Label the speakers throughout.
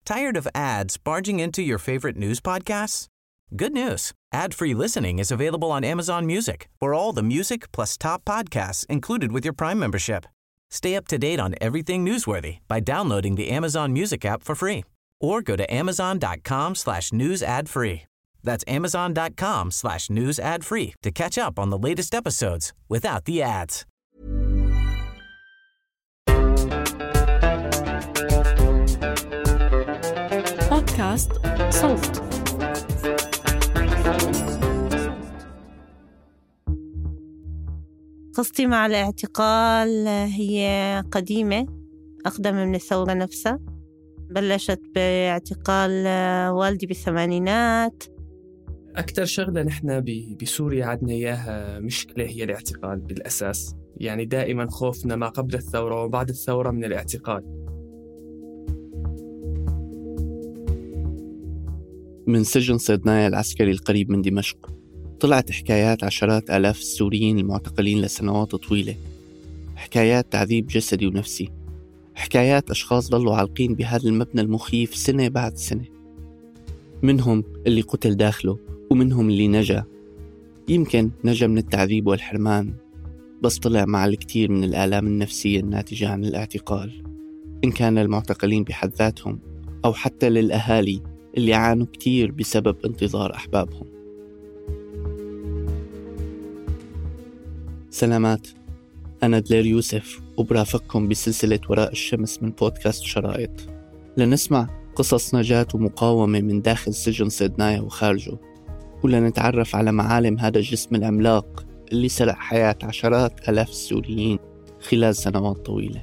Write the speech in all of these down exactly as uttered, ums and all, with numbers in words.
Speaker 1: Tired of ads barging into your favorite news podcasts? Good news. Ad-free listening is available on Amazon Music for all the music plus top podcasts included with your Prime membership. Stay up to date on everything newsworthy by downloading the Amazon Music app for free or go to amazon.com slash news ad free. That's amazon.com slash news ad free to catch up on the latest episodes without the ads.
Speaker 2: بودكاست صوت.
Speaker 3: قصتي مع الاعتقال هي قديمة، أقدم من الثورة نفسها. بلشت باعتقال والدي بالثمانينات.
Speaker 4: أكتر شغلة نحن بسوريا عدنا إياها مشكلة هي الاعتقال بالأساس. يعني دائما خوفنا ما قبل الثورة وبعد الثورة من الاعتقال.
Speaker 5: من سجن صيدنايا العسكري القريب من دمشق طلعت حكايات عشرات آلاف السوريين المعتقلين لسنوات طويلة، حكايات تعذيب جسدي ونفسي، حكايات أشخاص ضلوا عالقين بهذا المبنى المخيف سنة بعد سنة. منهم اللي قتل داخله ومنهم اللي نجا، يمكن نجا من التعذيب والحرمان، بس طلع مع الكثير من الآلام النفسية الناتجة عن الاعتقال، إن كان للمعتقلين بحد ذاتهم أو حتى للأهالي اللي عانوا كتير بسبب انتظار أحبابهم. سلامات، أنا دلير يوسف وبرافقكم بسلسلة وراء الشمس من بودكاست شرائط، لنسمع قصص نجاة ومقاومة من داخل سجن صيدنايا وخارجه، ولنتعرف على معالم هذا الجسم العملاق اللي سرق حياة عشرات آلاف السوريين خلال سنوات طويلة.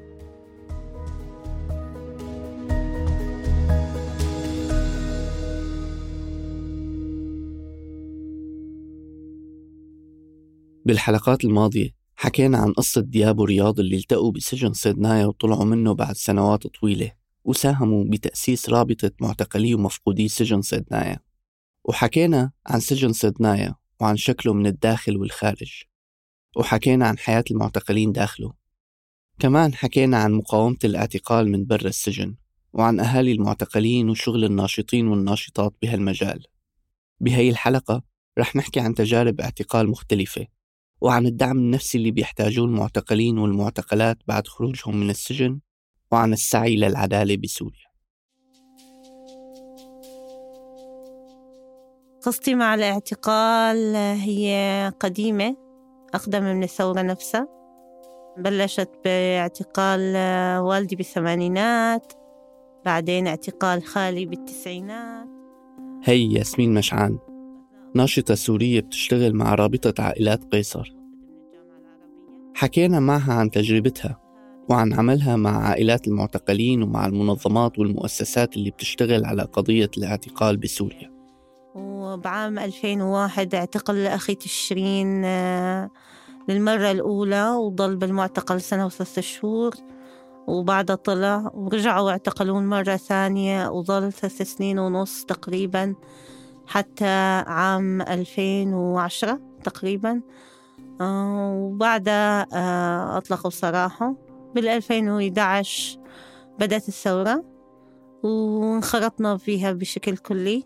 Speaker 5: بالحلقات الماضية حكينا عن قصة دياب ورياض اللي التقوا بسجن صيدنايا وطلعوا منه بعد سنوات طويلة، وساهموا بتأسيس رابطة معتقلي ومفقودي سجن صيدنايا. وحكينا عن سجن صيدنايا وعن شكله من الداخل والخارج، وحكينا عن حياة المعتقلين داخله. كمان حكينا عن مقاومة الاعتقال من برا السجن، وعن أهالي المعتقلين وشغل الناشطين والناشطات بهالمجال. بهاي الحلقة رح نحكي عن تجارب اعتقال مختلفة، وعن الدعم النفسي اللي بيحتاجوه المعتقلين والمعتقلات بعد خروجهم من السجن، وعن السعي للعدالة بسوريا.
Speaker 3: قصتي مع الاعتقال هي قديمة، أقدم من الثورة نفسها. بلشت باعتقال والدي بالثمانينات، بعدين اعتقال خالي بالتسعينات.
Speaker 5: هي ياسمين مشعان، ناشطة سورية بتشتغل مع رابطة عائلات قيصر. حكينا معها عن تجربتها وعن عملها مع عائلات المعتقلين ومع المنظمات والمؤسسات اللي بتشتغل على قضية الاعتقال بسوريا.
Speaker 3: وبعام ألفين وواحد اعتقل أخي تشرين للمرة الأولى، وضل بالمعتقل سنة وثلاثة شهور، وبعدها طلع ورجعوا واعتقلون مرة ثانية وظل ثلاث سنين ونص تقريبا حتى عام ألفين وعشرة تقريبا. آه وبعدها آه أطلقوا سراحه. بالألفين وإحدى عشر بدأت الثورة وانخرطنا فيها بشكل كلي.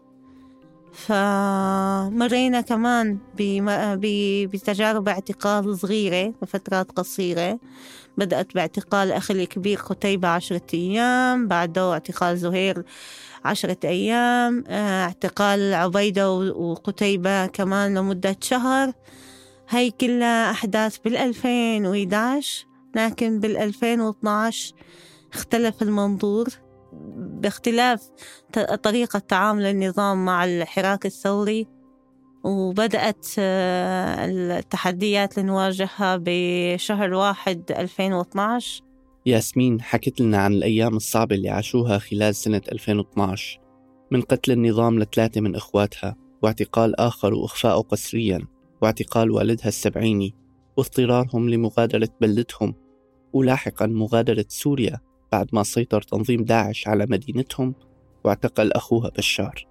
Speaker 3: فمرينا كمان بتجارب اعتقال صغيرة لفترات قصيرة. بدأت باعتقال أخي الكبير قتيبة عشرة أيام، بعده اعتقال زهير عشرة أيام، اعتقال عبيدة وقتيبة كمان لمدة شهر. هاي كلها أحداث بالألفين وإحدى عشر، لكن بالألفين واثنى عشر اختلف المنظور باختلاف طريقة تعامل النظام مع الحراك الثوري، وبدأت التحديات اللي نواجهها بشهر واحد ألفين واثنى عشر.
Speaker 5: ياسمين حكت لنا عن الأيام الصعبة اللي عاشوها خلال سنة ألفين واثنى عشر، من قتل النظام لثلاثة من إخواتها، واعتقال آخر وإخفاءه قسريا، واعتقال والدها السبعيني، واضطرارهم لمغادرة بلدتهم، ولاحقا مغادرة سوريا بعد ما سيطر تنظيم داعش على مدينتهم واعتقل أخوها بشار.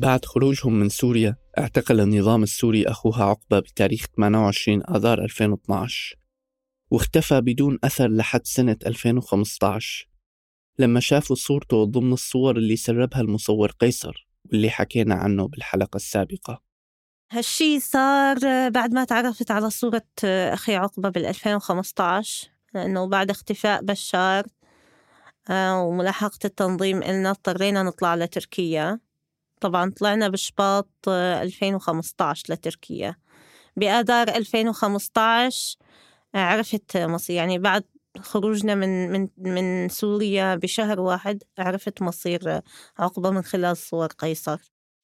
Speaker 5: بعد خروجهم من سوريا اعتقل النظام السوري أخوها عقبة بتاريخ ثمانية وعشرين آذار ألفين واثني عشر، واختفى بدون أثر لحد سنة ألفين وخمسة عشر لما شافوا صورته ضمن الصور اللي سربها المصور قيصر واللي حكينا عنه بالحلقة السابقة.
Speaker 3: هالشي صار بعد ما تعرفت على صورة أخي عقبة بالألفين وخمسة عشر، لأنه بعد اختفاء بشار وملاحقة التنظيم إلنا اضطرينا نطلع لتركيا. طبعا طلعنا بشباط ألفين وخمسة عشر لتركيا. بآذار ألفين وخمسة عشر عرفت مصير، يعني بعد خروجنا من من من سوريا بشهر واحد عرفت مصير عقبة من خلال صور قيصر.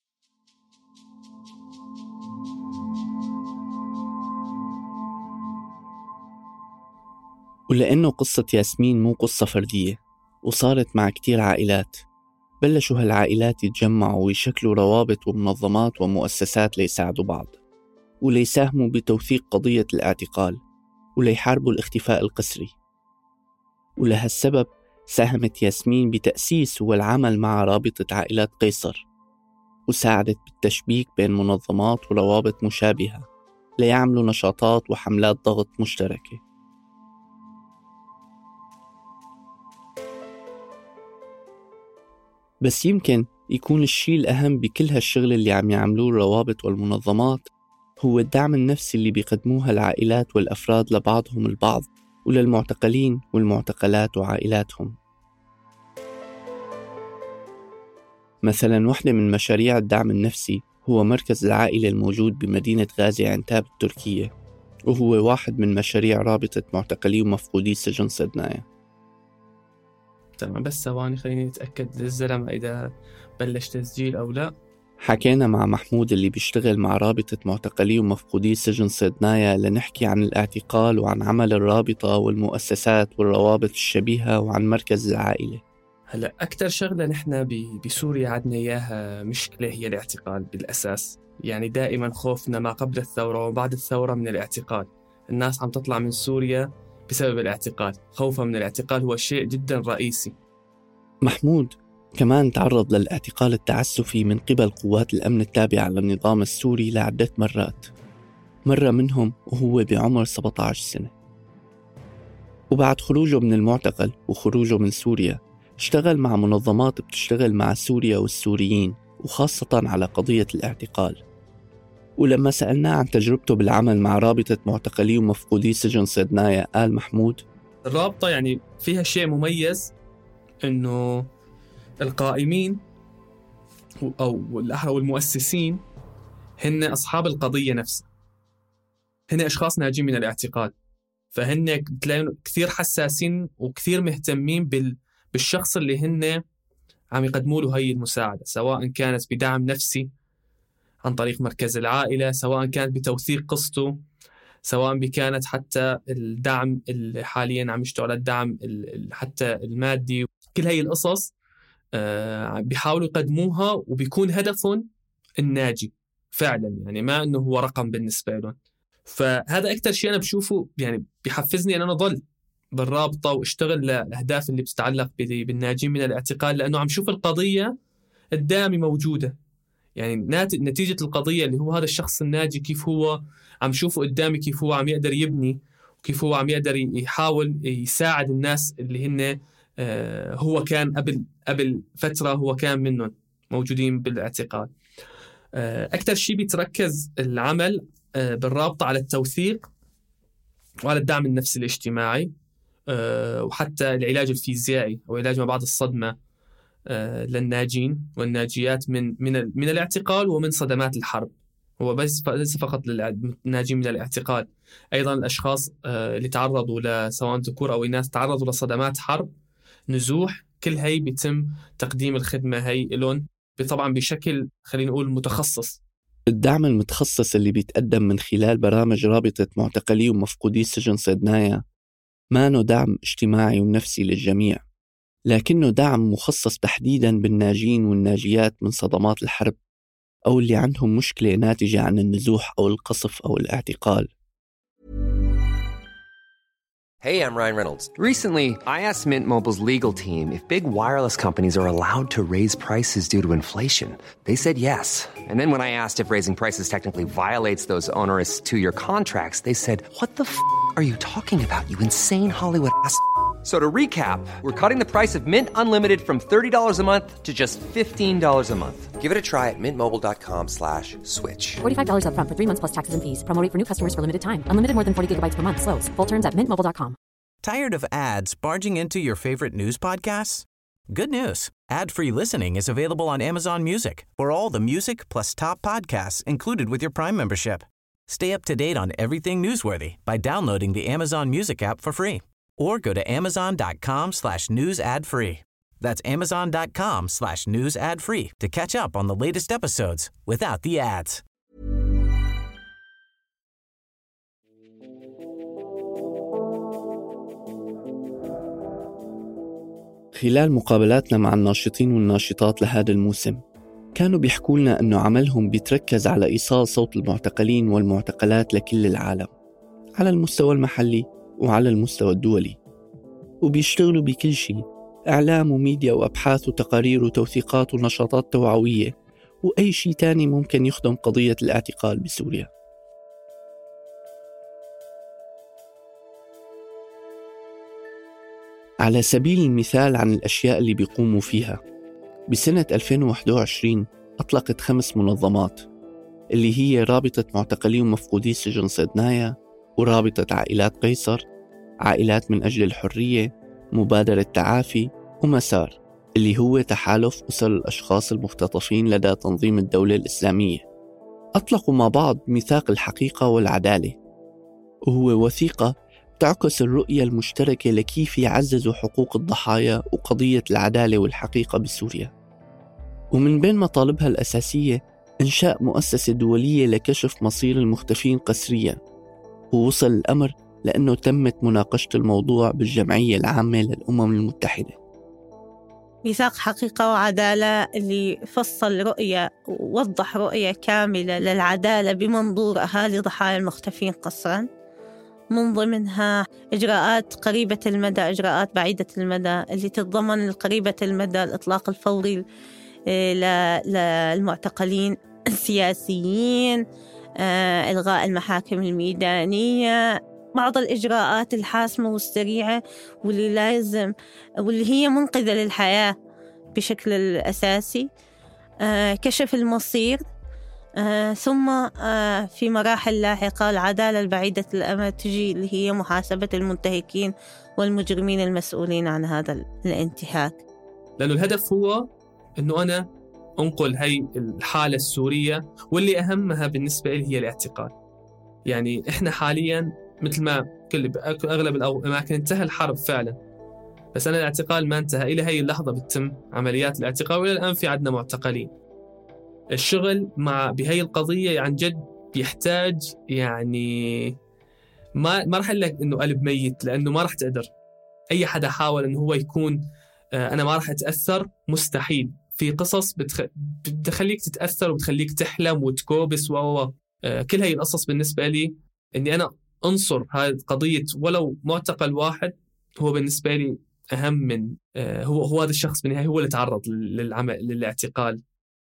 Speaker 5: ولأنه قصة ياسمين مو قصة فردية وصارت مع كتير عائلات، بلشوا هالعائلات يتجمعوا ويشكلوا روابط ومنظمات ومؤسسات ليساعدوا بعض وليساهموا بتوثيق قضية الاعتقال وليحاربوا الاختفاء القسري. ولهالسبب ساهمت ياسمين بتأسيس والعمل مع رابطة عائلات قيصر، وساعدت بالتشبيك بين منظمات وروابط مشابهة ليعملوا نشاطات وحملات ضغط مشتركة. بس يمكن يكون الشيء الأهم بكل هالشغل اللي عم يعملوه الروابط والمنظمات هو الدعم النفسي اللي بيقدموها العائلات والأفراد لبعضهم البعض وللمعتقلين والمعتقلات وعائلاتهم. مثلا واحدة من مشاريع الدعم النفسي هو مركز العائلة الموجود بمدينة غازي عنتاب التركية، وهو واحد من مشاريع رابطة معتقلي ومفقودي سجن صيدنايا.
Speaker 4: تمام، بس ثواني خليني أتأكد للزلمة إذا بلش تسجيل أو لا.
Speaker 5: حكينا مع محمود اللي بيشتغل مع رابطة معتقلي ومفقودي سجن صيدنايا لنحكي عن الاعتقال وعن عمل الرابطة والمؤسسات والروابط الشبيهة وعن مركز العائلة.
Speaker 4: هلأ أكتر شغلة نحن بسوريا عدنا إياها مشكلة هي الاعتقال بالأساس. يعني دائما خوفنا ما قبل الثورة وبعد الثورة من الاعتقال. الناس عم تطلع من سوريا بسبب الاعتقال، خوفا من الاعتقال هو شيء جدا رئيسي.
Speaker 5: محمود كمان تعرض للاعتقال التعسفي من قبل قوات الأمن التابعة للنظام السوري لعدة مرات، مرة منهم وهو بعمر سبعة عشر سنة. وبعد خروجه من المعتقل وخروجه من سوريا اشتغل مع منظمات بتشتغل مع سوريا والسوريين وخاصة على قضية الاعتقال. ولما سألناه عن تجربته بالعمل مع رابطة معتقلي ومفقودي سجن صيدنايا قال محمود:
Speaker 4: الرابطة يعني فيها شيء مميز، إنه القائمين أو الأحرى والمؤسسين هن أصحاب القضية نفسها، هن أشخاص ناجين من الاعتقال، فهن بتلاقون كثير حساسين وكثير مهتمين بال بالشخص اللي هن عم يقدموا له هاي المساعدة، سواء كانت بدعم نفسي عن طريق مركز العائلة، سواء كانت بتوثيق قصته، سواء كانت حتى الدعم اللي حاليا عم يشتغل على الدعم حتى المادي. كل هاي القصص بيحاولوا يقدموها وبيكون هدفهم الناجي فعلا، يعني ما انه هو رقم بالنسبة لهم. فهذا اكثر شيء انا بشوفه يعني بيحفزني ان انا ضل بالرابطة واشتغل لأهداف اللي بتتعلق بالناجين من الاعتقال، لأنه عم شوف القضية قدامي موجودة. يعني نتيجة القضية اللي هو هذا الشخص الناجي كيف هو عم شوفه قدامي، كيف هو عم يقدر يبني وكيف هو عم يقدر يحاول يساعد الناس اللي هن آه هو كان قبل قبل فترة هو كان منهم موجودين بالاعتقال. آه أكثر شيء بيتركز العمل آه بالرابطة على التوثيق وعلى الدعم النفسي الاجتماعي، آه وحتى العلاج الفيزيائي أو علاج ما بعد الصدمة آه للناجين والناجيات من من من الاعتقال ومن صدمات الحرب. هو بس ليس فقط للناجين من الاعتقال، أيضا الأشخاص آه اللي تعرضوا لسواء ذكور أو إناث تعرضوا لصدمات حرب، نزوح، كل هاي بيتم تقديم الخدمة هاي لهم طبعا بشكل خلينا نقول متخصص.
Speaker 5: الدعم المتخصص اللي بيتقدم من خلال برامج رابطة معتقلي ومفقودي سجن صيدنايا ما إنه دعم اجتماعي ونفسي للجميع، لكنه دعم مخصص تحديداً بالناجين والناجيات من صدمات الحرب أو اللي عندهم مشكلة ناتجة عن النزوح أو القصف أو الاعتقال.
Speaker 6: Hey, I'm Ryan Reynolds. Recently, I asked Mint Mobile's legal team if big wireless companies are allowed to raise prices due to inflation. They said yes. And then when I asked if raising prices technically violates those onerous two-year contracts, they said, what the f*** are you talking about, you insane Hollywood ass f- So to recap, we're cutting the price of Mint Unlimited from thirty dollars a month to just fifteen dollars a month. Give it a try at mintmobile.com slash switch.
Speaker 2: forty-five dollars up front for three months plus taxes and fees. Promo rate for new customers for limited time. Unlimited more than forty gigabytes per month. Slows full terms at mint mobile dot com.
Speaker 1: Tired of ads barging into your favorite news podcasts? Good news. Ad-free listening is available on Amazon Music for all the music plus top podcasts included with your Prime membership. Stay up to date on everything newsworthy by downloading the Amazon Music app for free. Or go to amazon.com slash news ad free. That's amazon.com slash news ad free to catch up on the latest episodes without the ads.
Speaker 5: خلال مقابلاتنا مع الناشطين والناشطات لهذا الموسم كانوا بيحكوا لنا أنه عملهم بيتركز على إيصال صوت المعتقلين والمعتقلات لكل العالم على المستوى المحلي وعلى المستوى الدولي، وبيشتغلوا بكل شيء: إعلام وميديا وأبحاث وتقارير وتوثيقات ونشاطات توعوية وأي شيء تاني ممكن يخدم قضية الاعتقال بسوريا. على سبيل المثال عن الأشياء اللي بيقوموا فيها، بسنة ألفين وواحد وعشرين أطلقت خمس منظمات اللي هي رابطة معتقلي ومفقودي سجن صيدنايا، ورابطة عائلات قيصر، عائلات من أجل الحرية، مبادرة تعافي، ومسار اللي هو تحالف أسر الأشخاص المختطفين لدى تنظيم الدولة الإسلامية. أطلقوا مع بعض ميثاق الحقيقة والعدالة، وهو وثيقة تعكس الرؤية المشتركة لكيف يعززوا حقوق الضحايا وقضية العدالة والحقيقة بسوريا. ومن بين مطالبها الأساسية إنشاء مؤسسة دولية لكشف مصير المختفين قسريا، ووصل الأمر لأنه تمت مناقشة الموضوع بالجمعية العامة للأمم المتحدة.
Speaker 3: ميثاق حقيقة وعدالة اللي فصل رؤية ووضح رؤية كاملة للعدالة بمنظور أهالي ضحايا المختفين قسرا، من ضمنها إجراءات قريبة المدى، إجراءات بعيدة المدى اللي تتضمن القريبة المدى الإطلاق الفوري للمعتقلين السياسيين، إلغاء المحاكم الميدانية، بعض الإجراءات الحاسمة والسريعة واللي لازم واللي هي منقذة للحياة بشكل أساسي، كشف المصير، ثم في مراحل لاحقة العدالة البعيدة الأمد تجي اللي هي محاسبة المنتهكين والمجرمين المسؤولين عن هذا الانتهاك.
Speaker 4: لأنه الهدف هو أنه أنا أنقل هاي الحالة السورية، واللي أهمها بالنسبة لي هي الاعتقال. يعني إحنا حالياً مثل ما كل أغلب الأماكن انتهى الحرب فعلاً، بس أنا الاعتقال ما انتهى. إلى هاي اللحظة بتتم عمليات الاعتقال، وإلى الآن في عندنا معتقلين. الشغل مع بهاي القضية عن جد بيحتاج يعني ما ما راح أقول لك إنه قلب ميت، لأنه ما راح تقدر. أي حدا حاول إنه هو يكون آه أنا ما راح أتأثر، مستحيل. في قصص بتخ... بتخليك تتأثر وبتخليك تحلم وتكوبس و آه كل هاي القصص بالنسبة لي إني أنا أنصر هذه قضية ولو معتقل واحد، هو بالنسبة لي أهم من آه هو هو هذا الشخص بالنهاية هو اللي تعرض للعمل للاعتقال.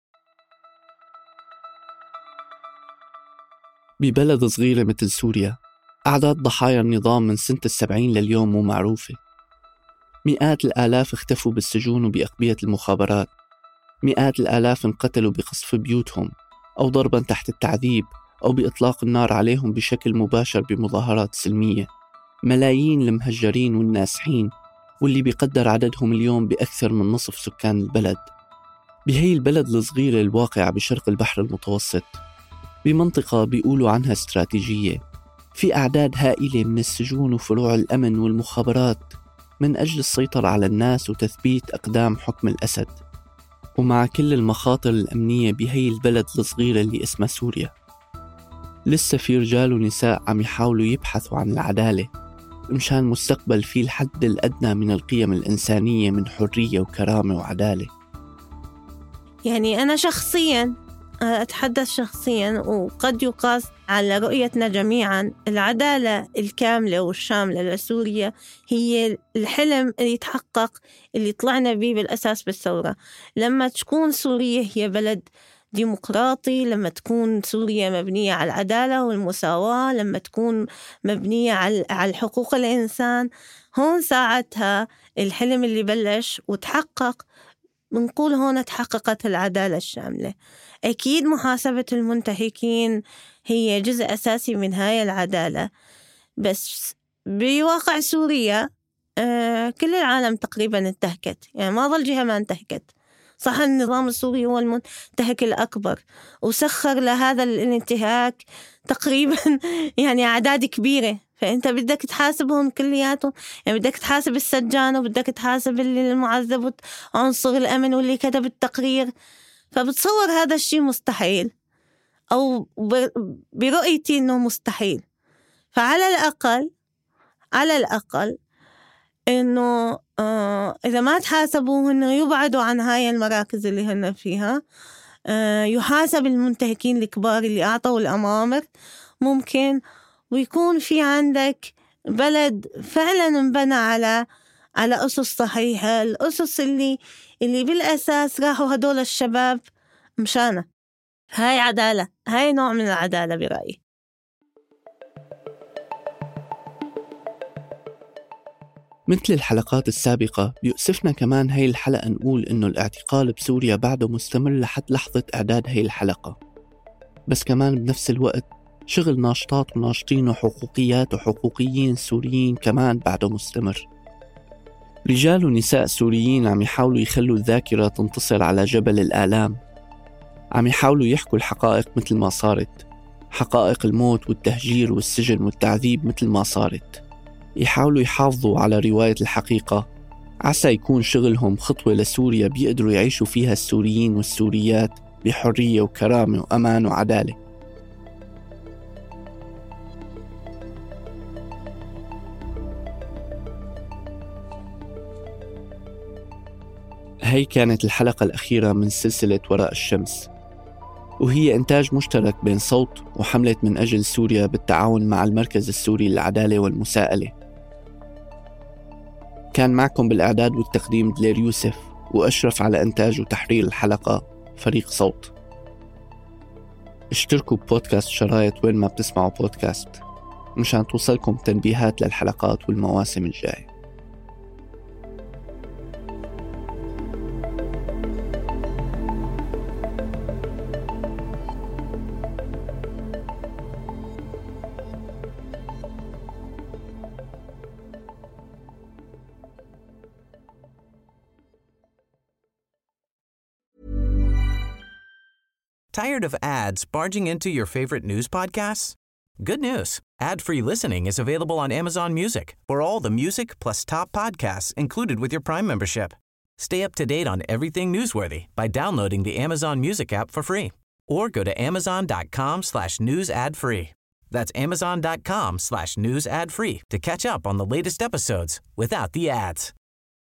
Speaker 5: ببلد صغيرة مثل سوريا أعداد ضحايا النظام من سنة السبعين لليوم مو معروفة. مئات الآلاف اختفوا بالسجون وبأقبية المخابرات، مئات الآلاف انقتلوا بقصف بيوتهم أو ضربا تحت التعذيب أو بإطلاق النار عليهم بشكل مباشر بمظاهرات سلمية. ملايين المهجرين والناسحين واللي بيقدر عددهم اليوم بأكثر من نصف سكان البلد. بهي البلد الصغيرة الواقعة بشرق البحر المتوسط، بمنطقة بيقولوا عنها استراتيجية، في أعداد هائلة من السجون وفروع الأمن والمخابرات من أجل السيطرة على الناس وتثبيت أقدام حكم الأسد. ومع كل المخاطر الأمنية بهي البلد الصغيرة اللي اسمها سوريا، لسه في رجال ونساء عم يحاولوا يبحثوا عن العدالة مشان مستقبل فيه الحد الأدنى من القيم الإنسانية من حرية وكرامة وعدالة.
Speaker 3: يعني أنا شخصياً أتحدث شخصياً وقد يقاس على رؤيتنا جميعاً، العدالة الكاملة والشاملة لسوريا هي الحلم اللي يتحقق اللي طلعنا به بالأساس بالثورة. لما تكون سوريا هي بلد ديمقراطي، لما تكون سوريا مبنية على العدالة والمساواة، لما تكون مبنية على حقوق الإنسان، هون ساعتها الحلم اللي بلش وتحقق، بنقول هون تحققت العدالة الشاملة. أكيد محاسبة المنتهكين هي جزء أساسي من هاي العدالة، بس بواقع سوريا آه كل العالم تقريبا انتهكت، يعني ما ظل جهة ما انتهكت. صح النظام السوري هو المنتهك الأكبر وسخر لهذا الانتهاك تقريبا يعني أعداد كبيرة، فأنت بدك تحاسبهم كلياتهم، يعني بدك تحاسب السجان وبدك تحاسب اللي المعذب وعنصر الأمن واللي كتب التقرير. فبتصور هذا الشيء مستحيل، أو برؤيتي إنه مستحيل. فعلى الأقل على الأقل إنه آه إذا ما تحاسبوا إنه يبعدوا عن هاي المراكز اللي هن فيها، آه يحاسب المنتهكين الكبار اللي أعطوا الأمامر ممكن، ويكون في عندك بلد فعلا انبنى على على أسس صحيحة، الأسس اللي اللي بالأساس راحوا هدول الشباب مشانه. هاي عدالة، هاي نوع من العدالة برأيي.
Speaker 5: مثل الحلقات السابقة بيؤسفنا كمان هاي الحلقة نقول إنه الاعتقال بسوريا بعده مستمر لحد لحظة إعداد هاي الحلقة، بس كمان بنفس الوقت شغل ناشطات وناشطين وحقوقيات وحقوقيين سوريين كمان بعده مستمر. رجال ونساء سوريين عم يحاولوا يخلوا الذاكرة تنتصر على جبل الآلام، عم يحاولوا يحكوا الحقائق مثل ما صارت، حقائق الموت والتهجير والسجن والتعذيب مثل ما صارت، يحاولوا يحافظوا على رواية الحقيقة عسى يكون شغلهم خطوة لسوريا بيقدروا يعيشوا فيها السوريين والسوريات بحرية وكرامة وأمان وعدالة. هي كانت الحلقة الأخيرة من سلسلة وراء الشمس، وهي إنتاج مشترك بين صوت وحملة من أجل سوريا بالتعاون مع المركز السوري للعدالة والمساءلة. كان معكم بالإعداد والتقديم دلير يوسف، وأشرف على إنتاج وتحرير الحلقة فريق صوت. اشتركوا ببودكاست شرايط وين ما بتسمعوا بودكاست مشان توصلكم تنبيهات للحلقات والمواسم الجاية.
Speaker 1: Tired of ads barging into your favorite news podcasts? Good news. Ad-free listening is available on Amazon Music for all the music plus top podcasts included with your Prime membership. Stay up to date on everything newsworthy by downloading the Amazon Music app for free or go to amazon.com slash news ad free. That's amazon.com slash news ad free to catch up on the latest episodes without the ads.